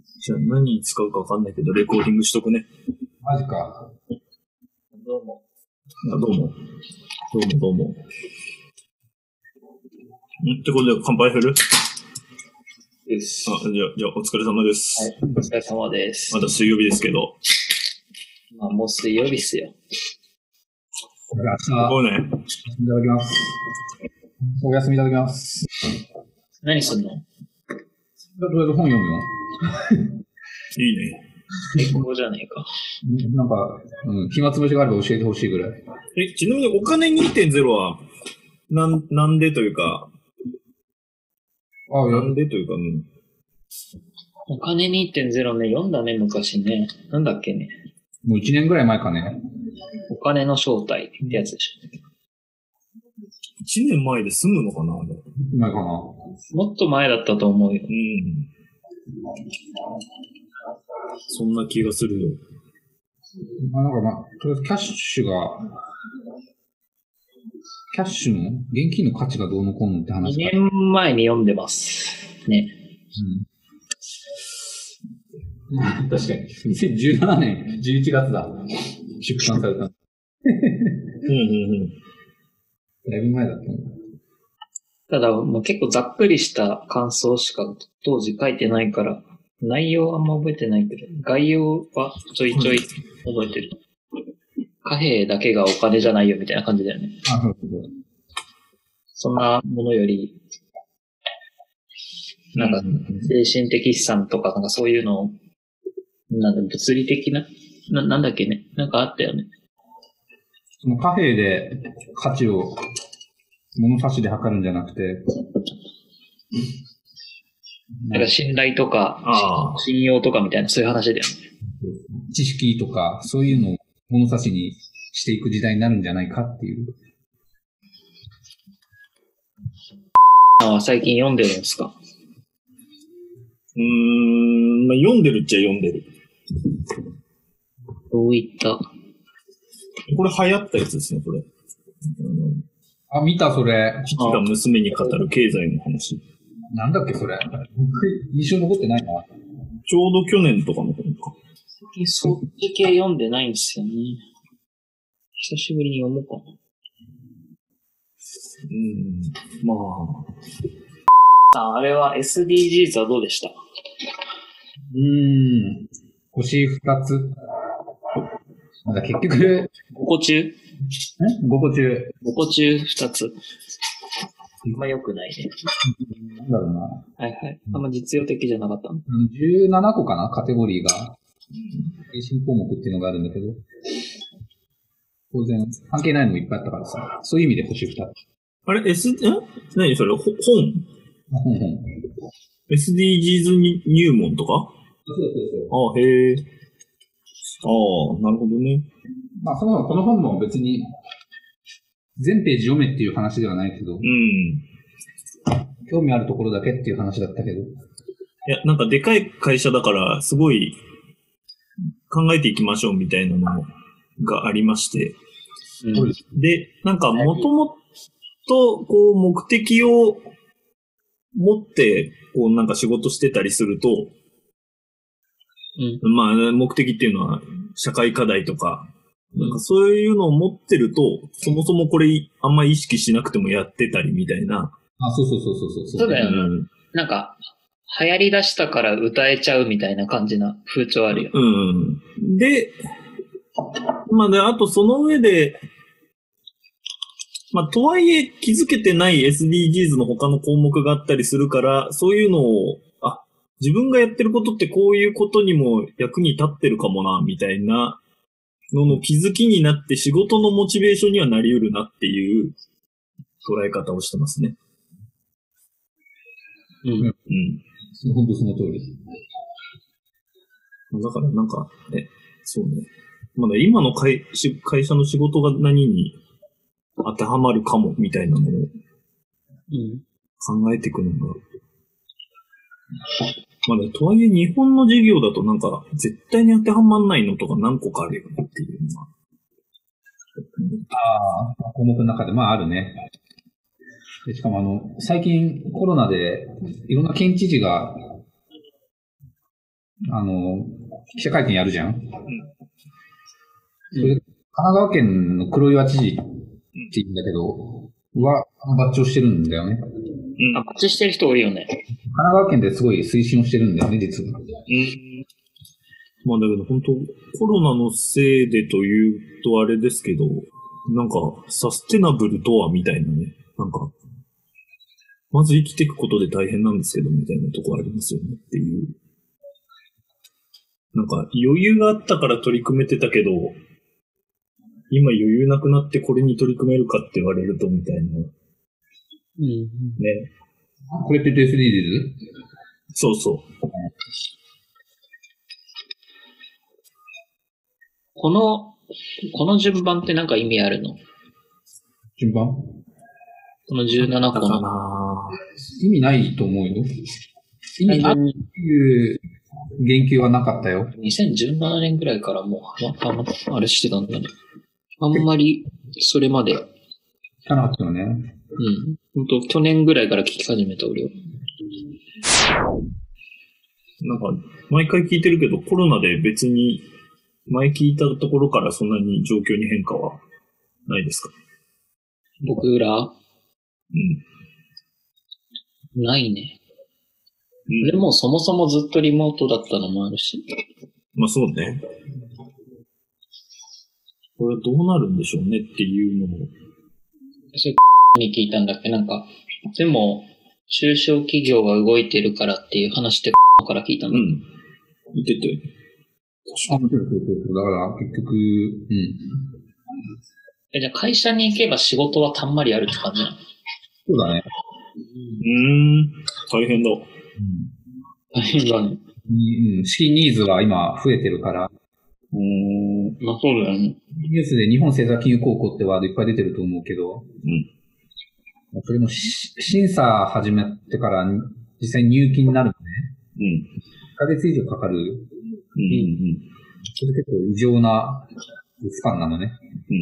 じゃあ何に使うかわかんないけど、レコーディングしとくね。 マジか。 どうも。 どうも。ってことで乾杯する？ です。 じゃあお疲れ様です。 はい、お疲れ様です。 まだ水曜日ですけど。 まあもう水曜日っすよ。 明日、 すごいね。 いただきます。お休みいただきます。 何すんの？ とりあえず本読むよ。 いいね。 最高じゃねえか。 なんか、暇つぶしがあれば教えてほしいぐらい。 ちなみにお金 2.0 は、なんでというか、なんでというか、 お金 2.0 ね、読んだね、昔ね。なんだっけね。 もう1年ぐらい前かね。 お金の正体ってやつでしょ。 1年前で済むのかなあれ。 前かな。 もっと前だったと思うよ。 そんな気がするよ。 なんかとりあえずキャッシュの現金の価値がどうのこうのって話 2年前に読んでますね。 確かに。2017年11月だ。出版された。だいぶ前だったんだ。 ただ、もう結構ざっくりした感想しか当時書いてないから、内容はあんま覚えてないけど、概要はちょいちょい覚えてる。貨幣だけがお金じゃないよみたいな感じだよね。そんなものより、なんか、精神的資産とか、なんかそういうのを、なんだ、物理的な、なんだっけね。なんかあったよね。 その貨幣で価値を物差しで測るんじゃなくて、 なんか信頼とか、信用とかみたいな、そういう話だよね。 知識とか、そういうのを物差しにしていく時代になるんじゃないかっていう。 最近読んでるんですか？ 読んでるっちゃ読んでる。 どういったこれ流行ったやつですね、これ。 見た、それ。 父が娘に語る経済の話。 なんだっけ、それ。印象残ってないな。 ちょうど去年とかの本か。 最近そっち系読んでないんですよね。久しぶりに読もうかな。あれは SDGs はどうでした？ 星2つ。まだ結局。 5個中 5個中。 5個中2つ。あんま良くないね。 なんだろうな。 はいはい。あんま実用的じゃなかったの。 17個かな、カテゴリーが。精神項目っていうのがあるんだけど。当然、関係ないのもいっぱいあったからさ。そういう意味で星2つ。 あれ、何それ、本 SDGs 入門とか？ そう。 へえ。なるほどね。 そもそもこの本も別に、全ページ読めっていう話ではないけど、興味あるところだけっていう話だったけど。いや、なんかでかい会社だから、すごい考えていきましょうみたいなのがありまして。で、なんかもともと、こう、目的を持って、こう、なんか仕事してたりすると、目的っていうのは、社会課題とか、なんかそういうのを持ってると、そもそもこれあんまり意識しなくてもやってたりみたいな。 そう。 そうだよね。なんか、流行り出したから歌えちゃうみたいな感じな風潮あるよ。 で、で、あとその上で、とはいえ気づけてない SDGs の他の項目があったりするから、そういうのを、自分がやってることってこういうことにも役に立ってるかもな、みたいなのの気づきになって仕事のモチベーションにはなり得るなっていう捉え方をしてますね。 本当その通り。 だからなんかね、そうね。まだ今の会社の仕事が何に当てはまるかもみたいなのを考えていくのが、とはいえ日本の事業だとなんか絶対に当てはまんないのとか何個かあるよねっていうのは。 項目の中であるね。でしかも最近コロナでいろんな県知事が記者会見やるじゃん。それで、神奈川県の黒岩知事って言うんだけど、バッジをしてるんだよね。 バッジしてる人多いよね。 神奈川県ですごい推進をしてるんだよね、実は。 まあだけど本当コロナのせいでというとあれですけど、なんかサステナブルとはみたいなね、なんか、まず生きていくことで大変なんですけどみたいなとこありますよねっていう。なんか余裕があったから取り組めてたけど、今余裕なくなってこれに取り組めるかって言われるとみたいな。ね。 これって SDGs？ そうそう。 この順番ってなんか意味あるの？ 順番？ この17個の。 意味ないと思うよ。意味あるっていう言及はなかったよ。 2017年ぐらいからもう、あれしてたんだね。あんまり、それまで。 聞かなかったよね。 本当去年ぐらいから聞き始めた俺は。 なんか、毎回聞いてるけど、コロナで別に、前聞いたところからそんなに状況に変化はないですか？ 僕らないね。でもそもそもずっとリモートだったのもあるし。 まあそうね。これはどうなるんでしょうねっていうのも。 それに聞いたんだっけ？なんか、でも、中小企業が動いてるからっていう話ってから聞いたの。 言ってて。 だから結局、 じゃあ会社に行けば仕事はたんまりあるって感じなの？ そうだね。 大変だ。 大変だね。 資金ニーズが今増えてるから。 まあそうだよね。 ニュースで日本政策金融高校ってワードいっぱい出てると思うけど、それも審査始めてから実際入金になるのね。1ヶ月以上かかる。それ結構異常なスパンなのね。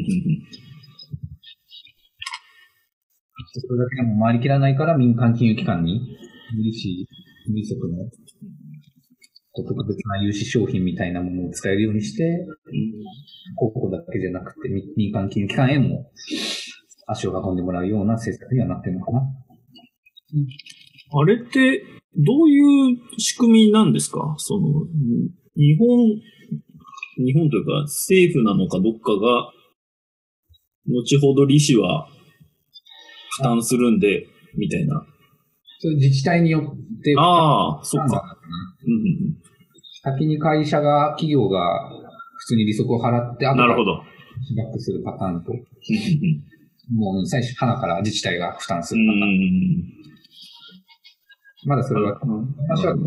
それだけでも回りきらないから民間金融機関に無利息の特別な融資商品みたいなものを使えるようにして、高校だけじゃなくて民間金融機関へも足を運んでもらうような政策にはなってるのかな。 あれってどういう仕組みなんですか？その日本というか政府なのかどっかが後ほど利子は負担するんでみたいな。 それ自治体によってそっか。 先に企業が普通に利息を払って、後からバックするパターンと、もう最初、花から自治体が負担するパターン。まだそれは、話は、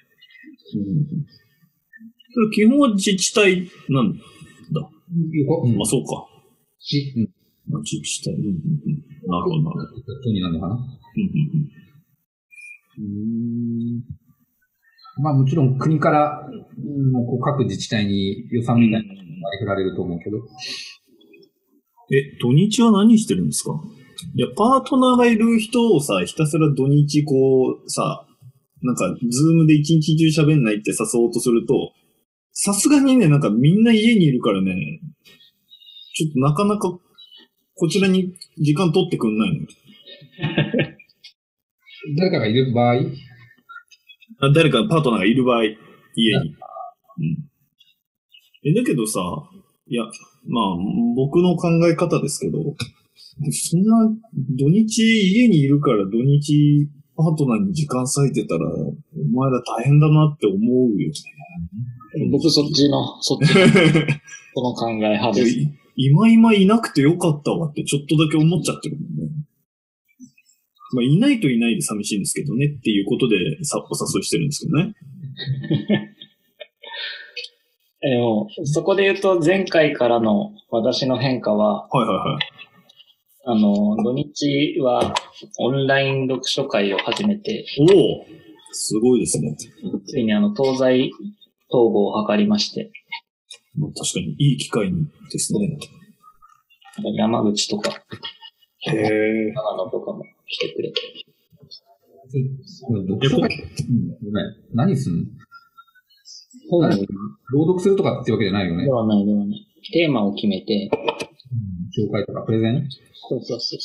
基本は自治体なんだ。まあ、そうか。自治体。なるほど、なるほど。 そうになるのかな。まあもちろん国から各自治体に予算みたいなのが割り振られると思うけど。 土日は何してるんですか？いや、パートナーがいる人をさ、ひたすら土日なんか、ズームで一日中喋んないって誘おうとすると、さすがにね、なんかみんな家にいるからね、ちょっとなかなかこちらに時間取ってくんないの。 誰かがいる場合？ 誰かパートナーがいる場合、家に。だけどさ、いや、まあ、僕の考え方ですけど、そんな土日家にいるから土日パートナーに時間割いてたら、お前ら大変だなって思うよね。 僕そっちのその考え派です。 今いなくてよかったわってちょっとだけ思っちゃってるもんね。まあ、いないといないで寂しいんですけどねっていうことでお誘いしてるんですけどね。 でも、そこで言うと前回からの私の変化は、土日はオンライン読書会を始めて、 すごいですね。 ついに東西統合を図りまして。 確かにいい機会ですね。 山口とか、 長野とかも来てくれて。 読書会、何すんの？ 本を朗読するとかってわけじゃないよねで。はないではない。テーマを決めて、 紹介とかプレゼン。 そうそうそう。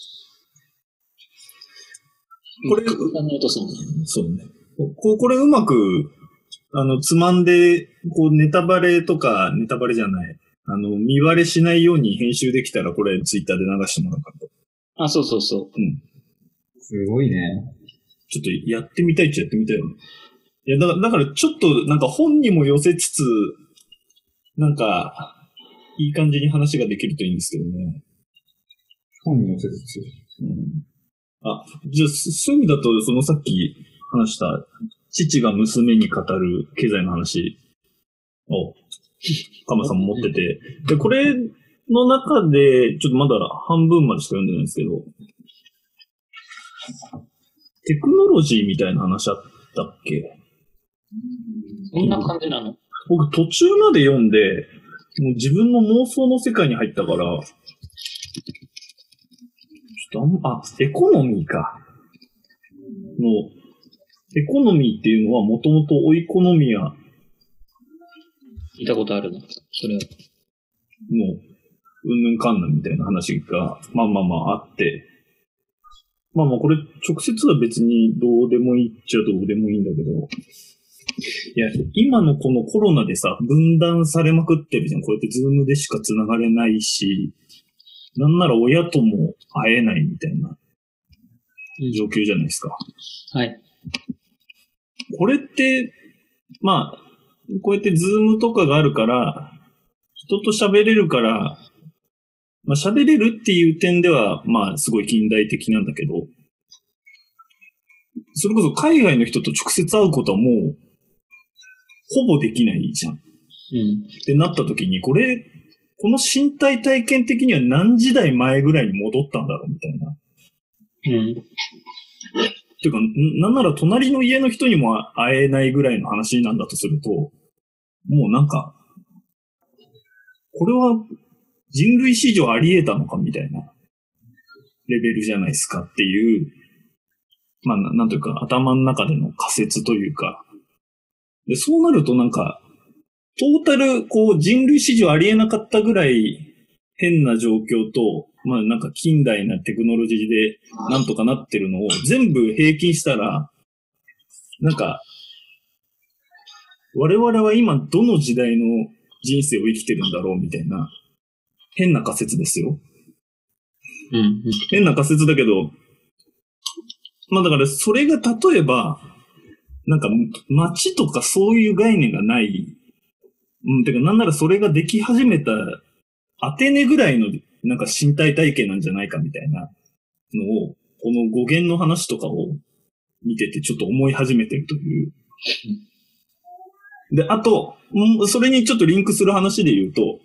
これ、そうね。これうまく、つまんで、ネタバレとか、ネタバレじゃない。見割れしないように編集できたら、これツイッターで流してもらうからと。 あ、そうそうそう。 うん。 すごいね。 ちょっとやってみたいっちゃやってみたいよね。いや、だからちょっと、なんか本にも寄せつつ、なんか、いい感じに話ができるといいんですけどね。 本に寄せつつ。 うん。じゃあ、そういう意味だと、そのさっき話した、父が娘に語る経済の話を、カマさんも持ってて、で、これの中で、ちょっとまだ半分までしか読んでないんですけど、テクノロジーみたいな話あったっけ？ そんな感じなの？ 僕途中まで読んで、もう自分の妄想の世界に入ったから、エコノミーか。エコノミーっていうのはもともとオイコノミア。 聞いたことあるな。それは。 もう、うんぬんかんぬんみたいな話が、まああって、これ直接は別にどうでもいいっちゃどうでもいいんだけど、いや、今のこのコロナでさ、分断されまくってるじゃん。こうやってズームでしか繋がれないし、なんなら親とも会えないみたいな状況じゃないですか。 はい。 これって、こうやってズームとかがあるから、人と喋れるから、喋れるっていう点では、すごい近代的なんだけど、それこそ海外の人と直接会うことはもう、ほぼできないじゃん。 うん。 ってなった時に、この身体体験的には何時代前ぐらいに戻ったんだろうみたいな。 うん。 ていうか、なんなら隣の家の人にも会えないぐらいの話なんだとすると、もうなんか、これは人類史上あり得たのかみたいなレベルじゃないですかっていう、なんというか頭の中での仮説というか、で、そうなるとなんか、トータル人類史上あり得なかったぐらい変な状況と、なんか近代なテクノロジーでなんとかなってるのを全部平均したら、なんか、我々は今どの時代の人生を生きてるんだろうみたいな、変な仮説ですよ。 うん。 変な仮説だけど、だからそれが例えば、なんか街とかそういう概念がない、てかなんならそれができ始めたアテネぐらいのなんか身体体系なんじゃないかみたいなのを、この語源の話とかを見ててちょっと思い始めてるという。で、あと、それにちょっとリンクする話で言うと、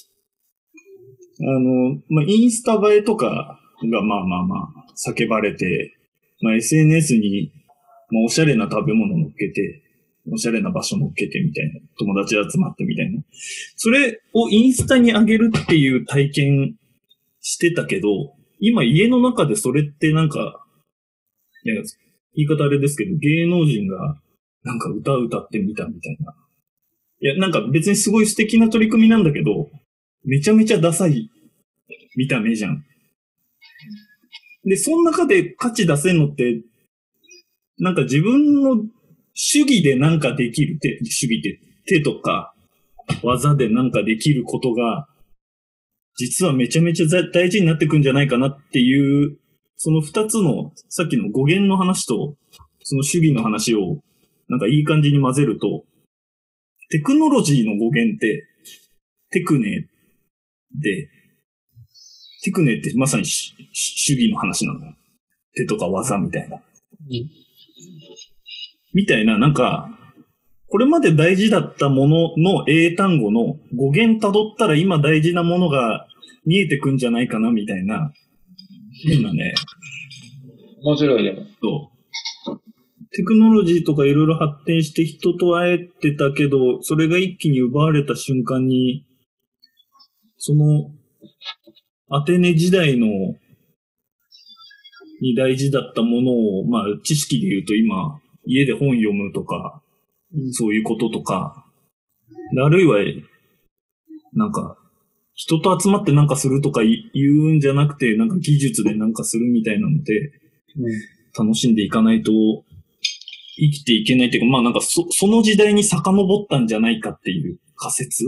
インスタ映えとかが叫ばれて、SNS に、おしゃれな食べ物乗っけて、おしゃれな場所乗っけてみたいな、友達集まってみたいな。それをインスタに上げるっていう体験してたけど、今家の中でそれってなんか、いや、言い方あれですけど、芸能人がなんか歌ってみたみたいな。いや、なんか別にすごい素敵な取り組みなんだけど、めちゃめちゃダサい見た目じゃん。で、その中で価値出せんのって、なんか自分の主義でなんかできる主義って手とか技でなんかできることが、実はめちゃめちゃ大事になってくんじゃないかなっていう、その二つの、さっきの語源の話と、その主義の話を、なんかいい感じに混ぜると、テクノロジーの語源って、テクネで、テクネってまさに主義の話なのよ。手とか技みたいな。みたいな、なんか、これまで大事だったものの英単語の語源辿ったら今大事なものが見えてくんじゃないかなみたいな、変なね。 面白いでも。 テクノロジーとかいろいろ発展して人と会えてたけど、それが一気に奪われた瞬間に、その、アテネ時代の、に大事だったものを、知識で言うと今、家で本読むとか、そういうこととか、 あるいは、なんか、人と集まってなんかするとか言うんじゃなくて、なんか技術でなんかするみたいなので、楽しんでいかないと生きていけないっていうか、まあなんかその時代に遡ったんじゃないかっていう仮説。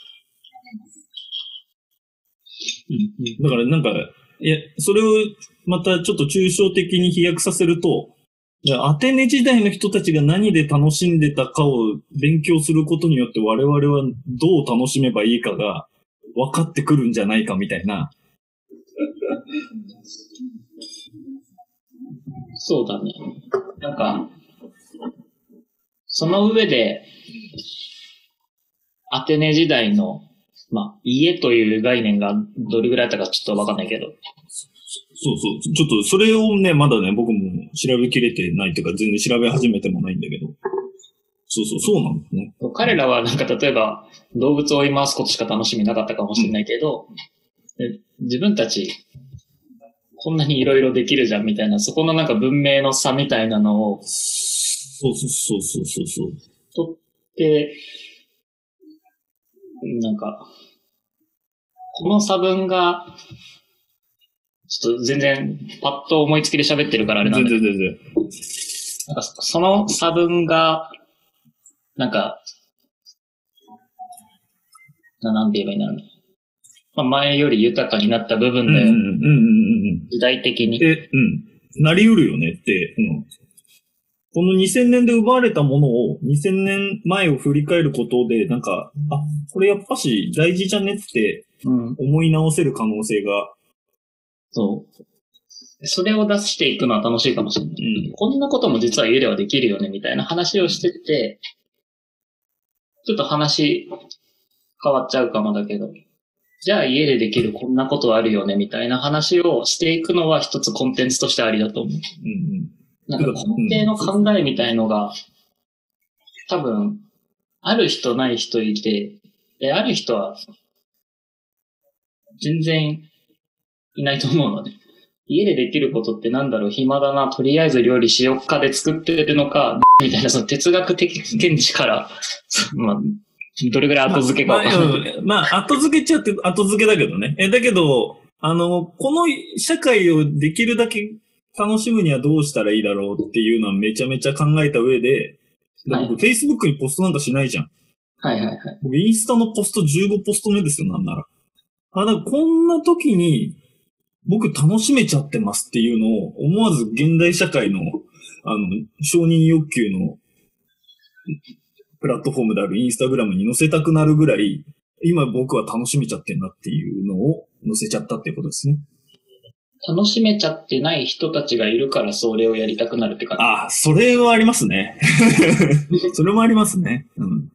だからなんか、いや、それをまたちょっと抽象的に飛躍させると、アテネ時代の人たちが何で楽しんでたかを勉強することによって我々はどう楽しめばいいかが分かってくるんじゃないかみたいな。 そうだね。なんか、その上で、アテネ時代の、まあ、家という概念がどれぐらいあったかちょっとわかんないけど。 そうそう。ちょっとそれをね、まだね、僕も調べきれてないというか、全然調べ始めてもないんだけど。そうなんですね。 彼らはなんか例えば動物を追い回すことしか楽しみなかったかもしれないけど、自分たちこんなにいろいろできるじゃんみたいな、そこのなんか文明の差みたいなのを、 そう。 とって、なんか、この差分が、ちょっと全然パッと思いつきで喋ってるからあれなんだけど、 全然。 なんかその差分が、なんか、なんて言えばいいんだろうね。まあ、前より豊かになった部分だよ。時代的に。 なり得るよねって、この2000年で奪われたものを2000年前を振り返ることで、なんか、これやっぱし大事じゃねって思い直せる可能性が。 そう。それを出していくのは楽しいかもしれない。こんなことも実は家ではできるよねみたいな話をしてて、ちょっと話変わっちゃうかもだけど、じゃあ家でできるこんなことあるよねみたいな話をしていくのは一つコンテンツとしてありだと思う。なんか根底の考えみたいのが、多分、ある人ない人いて、ある人は全然いないと思うので、家でできることってなんだろう、暇だな、とりあえず料理しよっかで作ってるのか、みたいなその哲学的見地から、まあ、どれぐらい後付けかわかんない。 後付けちゃって後付けだけどね。だけど、この社会をできるだけ楽しむにはどうしたらいいだろうっていうのはめちゃめちゃ考えた上で、僕、Facebook にポストなんかしないじゃん。僕、インスタのポスト15ポスト目ですよ、なんなら。だからこんな時に、僕楽しめちゃってますっていうのを、思わず現代社会の、承認欲求の、プラットフォームであるインスタグラムに載せたくなるぐらい、今僕は楽しめちゃってんだっていうのを載せちゃったっていうことですね。 楽しめちゃってない人たちがいるからそれをやりたくなるって感じ。 それはありますね。それもありますね。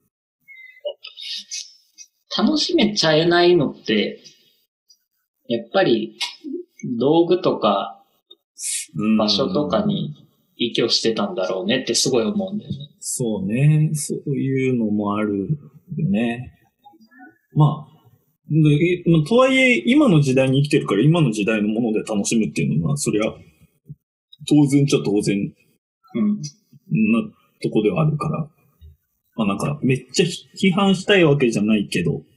楽しめちゃえないのって、やっぱり道具とか場所とかに依拠してたんだろうねってすごい思うんだよね。 そうね。そういうのもあるよね。とはいえ、今の時代に生きてるから今の時代のもので楽しむっていうのは、そりゃ、当然っちゃ当然、なとこではあるから。なんか、めっちゃ批判したいわけじゃないけど、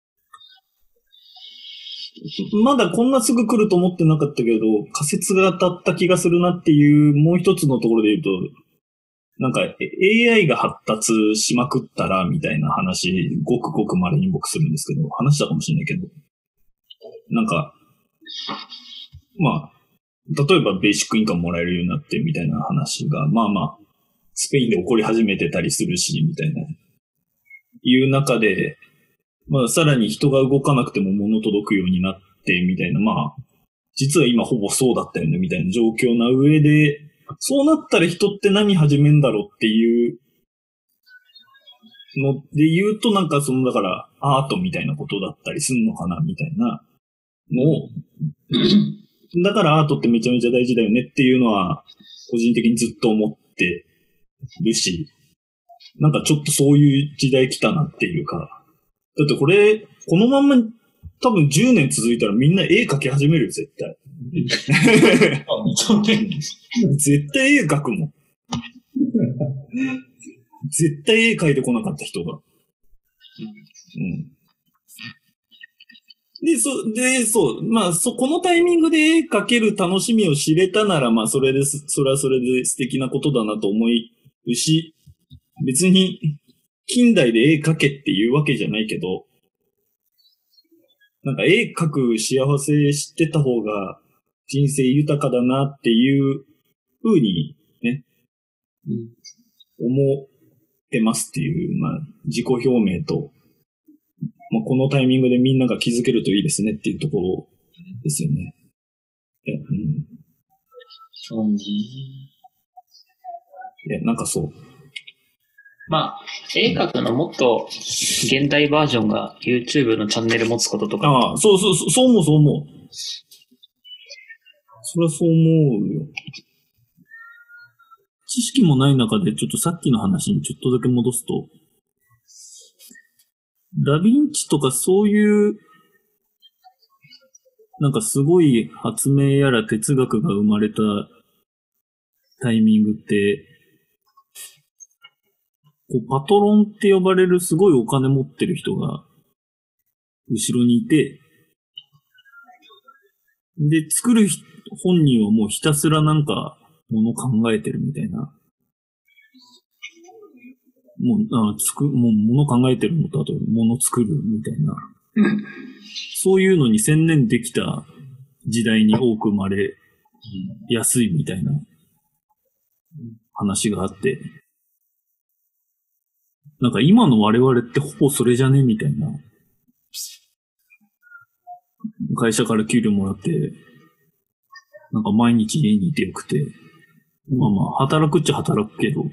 まだこんなすぐ来ると思ってなかったけど、仮説が当たった気がするなっていう、もう一つのところで言うと、なんか AI が発達しまくったら、みたいな話、ごくごく稀に僕するんですけど、話したかもしれないけど、なんか、例えばベーシックインカムもらえるようになってみたいな話が、スペインで起こり始めてたりするし、みたいな、いう中で、さらに人が動かなくても物届くようになって、みたいな、実は今ほぼそうだったよね、みたいな状況な上で、そうなったら人って何始めんだろうっていうので言うと、なんかだからアートみたいなことだったりすんのかな、みたいなのを、だからアートってめちゃめちゃ大事だよねっていうのは、個人的にずっと思ってるし、なんかちょっとそういう時代来たなっていうか、だってこのまんま多分10年続いたらみんな絵描き始めるよ、絶対。絶対絵描くもん。絶対絵描いてこなかった人が。 うんこのタイミングで絵描ける楽しみを知れたなら、それはそれで素敵なことだなと思うし、別に、近代で絵描けっていうわけじゃないけど、なんか絵描く幸せ知ってた方が人生豊かだなっていう風にね、思ってますっていう、自己表明と、このタイミングでみんなが気づけるといいですねっていうところですよね。 そうね。 なんかそう。 絵描くのもっと現代バージョンが YouTube のチャンネル持つこととか。 ああ、そう思う。それはそう思うよ。知識もない中でちょっとさっきの話にちょっとだけ戻すと、ダヴィンチとかそういう、なんかすごい発明やら哲学が生まれたタイミングって、パトロンって呼ばれるすごいお金持ってる人が後ろにいて、で、作る本人はもうひたすらなんかもの考えてるみたいな。もの考えてるのと、あともの作るみたいな。そういうのに専念できた時代に多く生まれやすいみたいな話があって。なんか今の我々ってほぼそれじゃねみたいな。会社から給料もらって、なんか毎日家にいてよくて、働くっちゃ働くけど、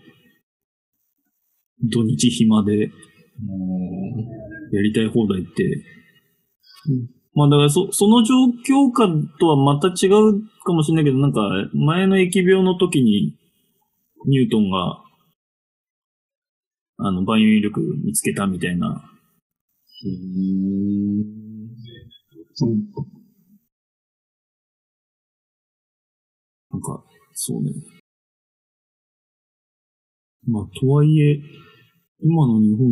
土日暇で、やりたい放題って、だからその状況下とはまた違うかもしれないけど、なんか前の疫病の時にニュートンが万有引力見つけたみたいな。なんか、そうね。とはいえ、今の日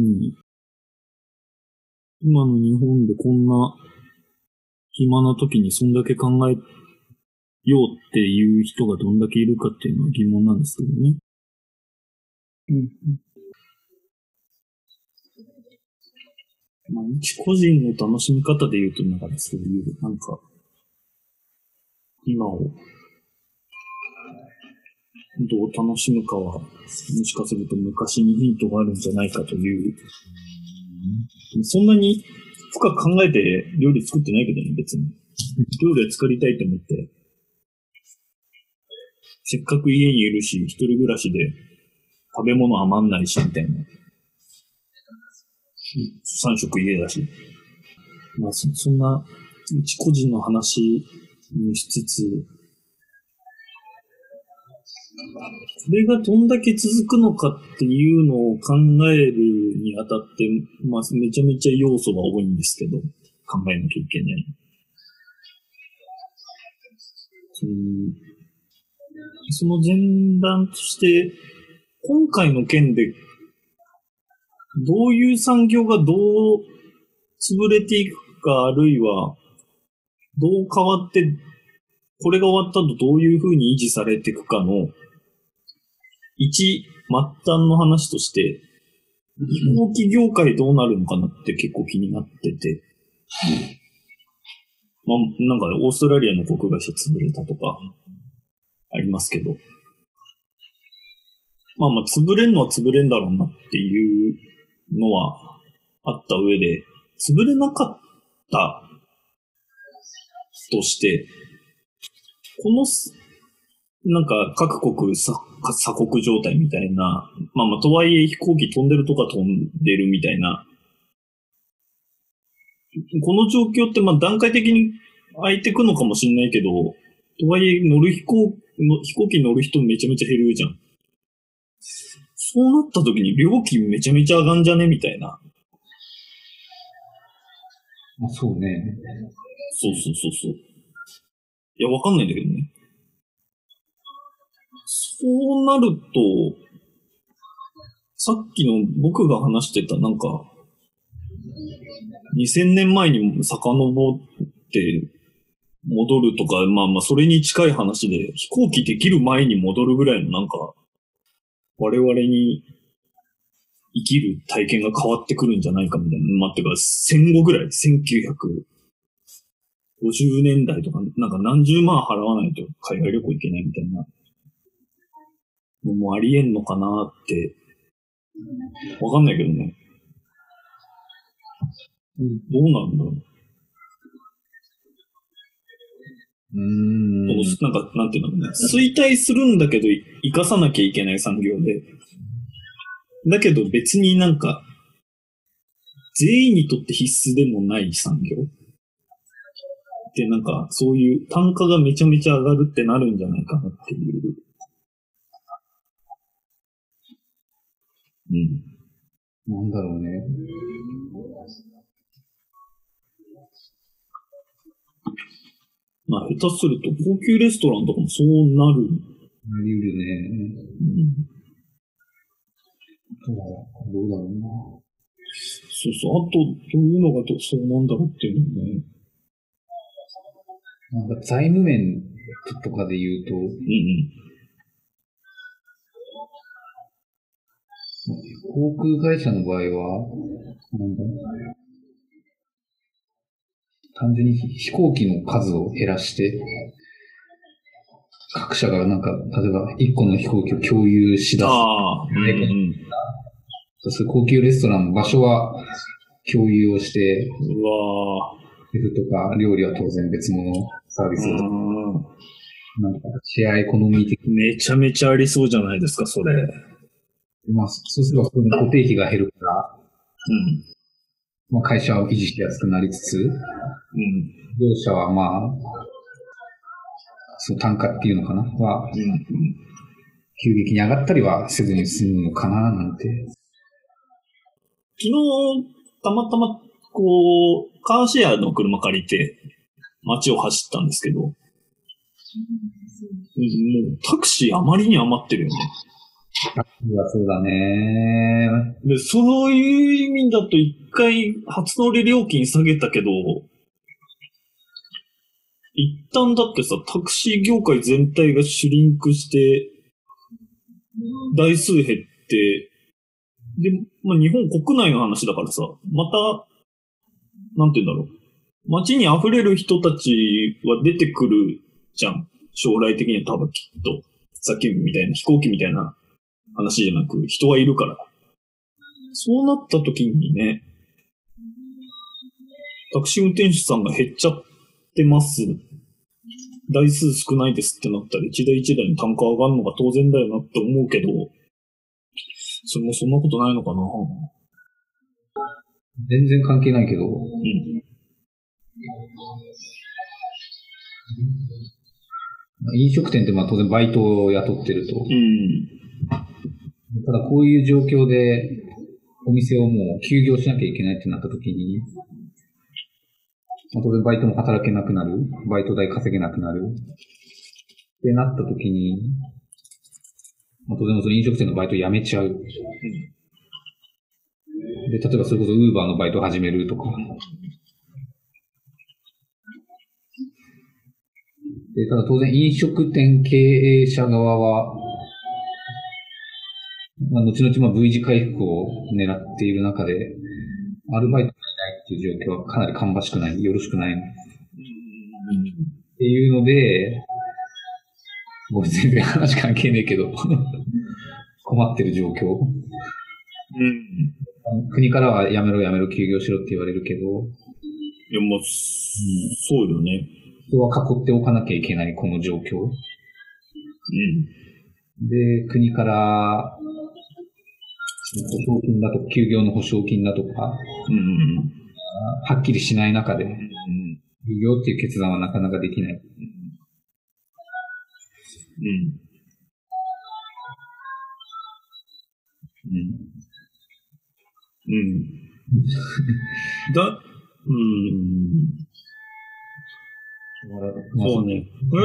本でこんな暇な時にそんだけ考えようっていう人がどんだけいるかっていうのは疑問なんですけどね。一個人の楽しみ方で言うと、なんかそういう、なんか、今を、どう楽しむかは、もしかすると昔にヒントがあるんじゃないかという、そんなに深く考えて料理作ってないけどね、別に。料理は作りたいと思って、せっかく家にいるし、一人暮らしで食べ物余んないし、みたいな。3食家だし。そんな、一個人の話にしつつ、これがどんだけ続くのかっていうのを考えるにあたって、めちゃめちゃ要素が多いんですけど、考えなきゃいけない。その前段として、今回の件で、どういう産業がどう潰れていくか、あるいは、どう変わって、これが終わった後どういう風に維持されていくかの、一末端の話として、飛行機業界どうなるのかなって結構気になってて、なんかオーストラリアの航空会社潰れたとか、ありますけど、潰れんのは潰れんだろうなっていうのはあった上で、潰れなかったとして、この、なんか各国鎖国状態みたいな、とはいえ飛行機飛んでるとか飛んでるみたいな、この状況って段階的に空いてくのかもしれないけど、とはいえ飛行機乗る人めちゃめちゃ減るじゃん。そうなった時に料金めちゃめちゃ上がんじゃねみたいな。 そうね。 そう。いや、わかんないんだけどね。そうなると、さっきの僕が話してたなんか、 2000年前に遡って戻るとか、まあまあそれに近い話で、飛行機できる前に戻るぐらいのなんか、我々に生きる体験が変わってくるんじゃないかみたいな。まあ、てか、戦後ぐらい、1950年代とか、なんか何十万払わないと海外旅行行けないみたいな。もうありえんのかなって、わかんないけどね。どうなんだろう。なんか、なんていうのね。衰退するんだけど、生かさなきゃいけない産業で。だけど別になんか、全員にとって必須でもない産業。で、なんか、そういう単価がめちゃめちゃ上がるってなるんじゃないかなっていう。 なんだろうね。 まあ、下手すると高級レストランとかもそうなる。 なりうるね。どうだろうな。 そうそう。あと、どういうのがそうなんだろうっていうのね。 なんか財務面とかで言うと、航空会社の場合は、なんだ単純に飛行機の数を減らして、各社がなんか、例えば1個の飛行機を共有しだす。そういう高級レストランの場所は共有をして、シェフとか料理は当然別物サービスを。なんかシェアエコノミー的に。 めちゃめちゃありそうじゃないですか、それ。 まあ、そうすればその固定費が減るから、まあ、会社を維持しやすくなりつつ、業者はまあ、その単価っていうのかなは、急激に上がったりはせずに済むのかななんて。 昨日、たまたま、こう、カーシェアの車借りて、街を走ったんですけど、もうタクシーあまりに余ってるよね。 そうだね。 で、そういう意味だと一回初乗り料金下げたけど、一旦だってさ、タクシー業界全体がシュリンクして、台数減って、で、まあ、日本国内の話だからさ、また、なんて言うんだろう。街に溢れる人たちは出てくるじゃん。将来的には多分きっと。さっきみたいな飛行機みたいな話じゃなく、人はいるから。そうなった時にね、タクシー運転手さんが減っちゃってます。台数少ないですってなったら一台一台の単価上がるのが当然だよなって思うけど、それもそんなことないのかな。 全然関係ないけど、飲食店ってまあ当然バイトを雇ってると。ただこういう状況でお店をもう休業しなきゃいけないってなった時に、当然バイトも働けなくなる。バイト代稼げなくなる。ってなった時に、当然その飲食店のバイト辞めちゃう。で、例えばそれこそウーバーのバイトを始めるとか。で、ただ当然飲食店経営者側は、まあ、後々まあ V 字回復を狙っている中で、アルバイトがいないっていう状況はかなり芳しくない、よろしくない。っていうので、僕全然話関係ねえけど、困ってる状況。国からはやめろ休業しろって言われるけど。 いや、もう、そうよね。 人は囲っておかなきゃいけないこの状況。で、国から、保証金だとか、休業の保証金だとか、はっきりしない中で、休業っていう決断はなかなかできない。 そうね。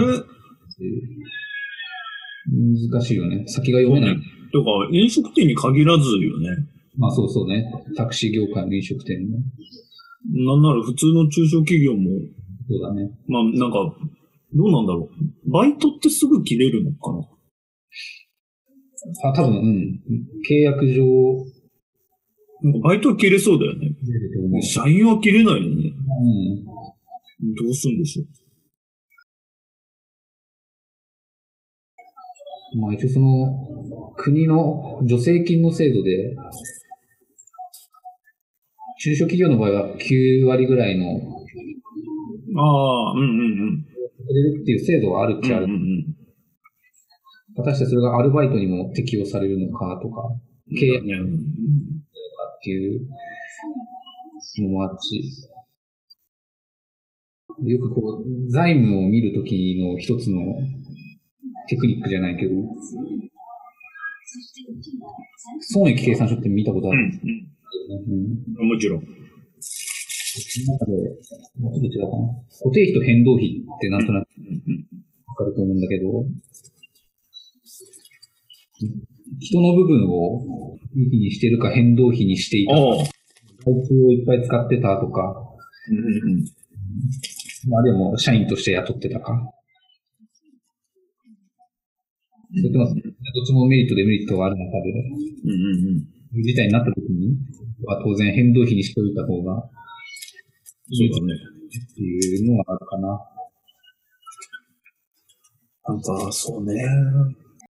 難しいよね。先が読めない。 とか、飲食店に限らずよね。 まあそうね。タクシー業界の飲食店ね。 なんなら普通の中小企業も、 そうだね。 まあなんか、どうなんだろう。バイトってすぐ切れるのかな。 多分、契約上、 なんかバイトは切れそうだよね。 切れると思う。 社員は切れないよね。 うん。 どうするんでしょう。 まあ一応その、国の助成金の制度で、中小企業の場合は9割ぐらいの、 ああ、うんうんうん。 くれるっていう制度はあるっちゃある。 うんうんうん。 果たしてそれがアルバイトにも適用されるのかとか、契約ね、 っていうのもあるし、よくこう、財務を見るときの一つのテクニックじゃないけど、損益計算書って見たことある。 もちろん。 その中で、もうちょっと違うかな。固定費と変動費ってなんとなくわかると思うんだけど、人の部分を費にしてるか変動費にしていたか、交通をいっぱい使ってたとか、あるいはもう社員として雇ってたか。それとも、どっちもメリットデメリットがある中で、事態になった時に、当然変動費にしておいた方が、 そうだね。 っていうのはあるかな。 なんか、そうね。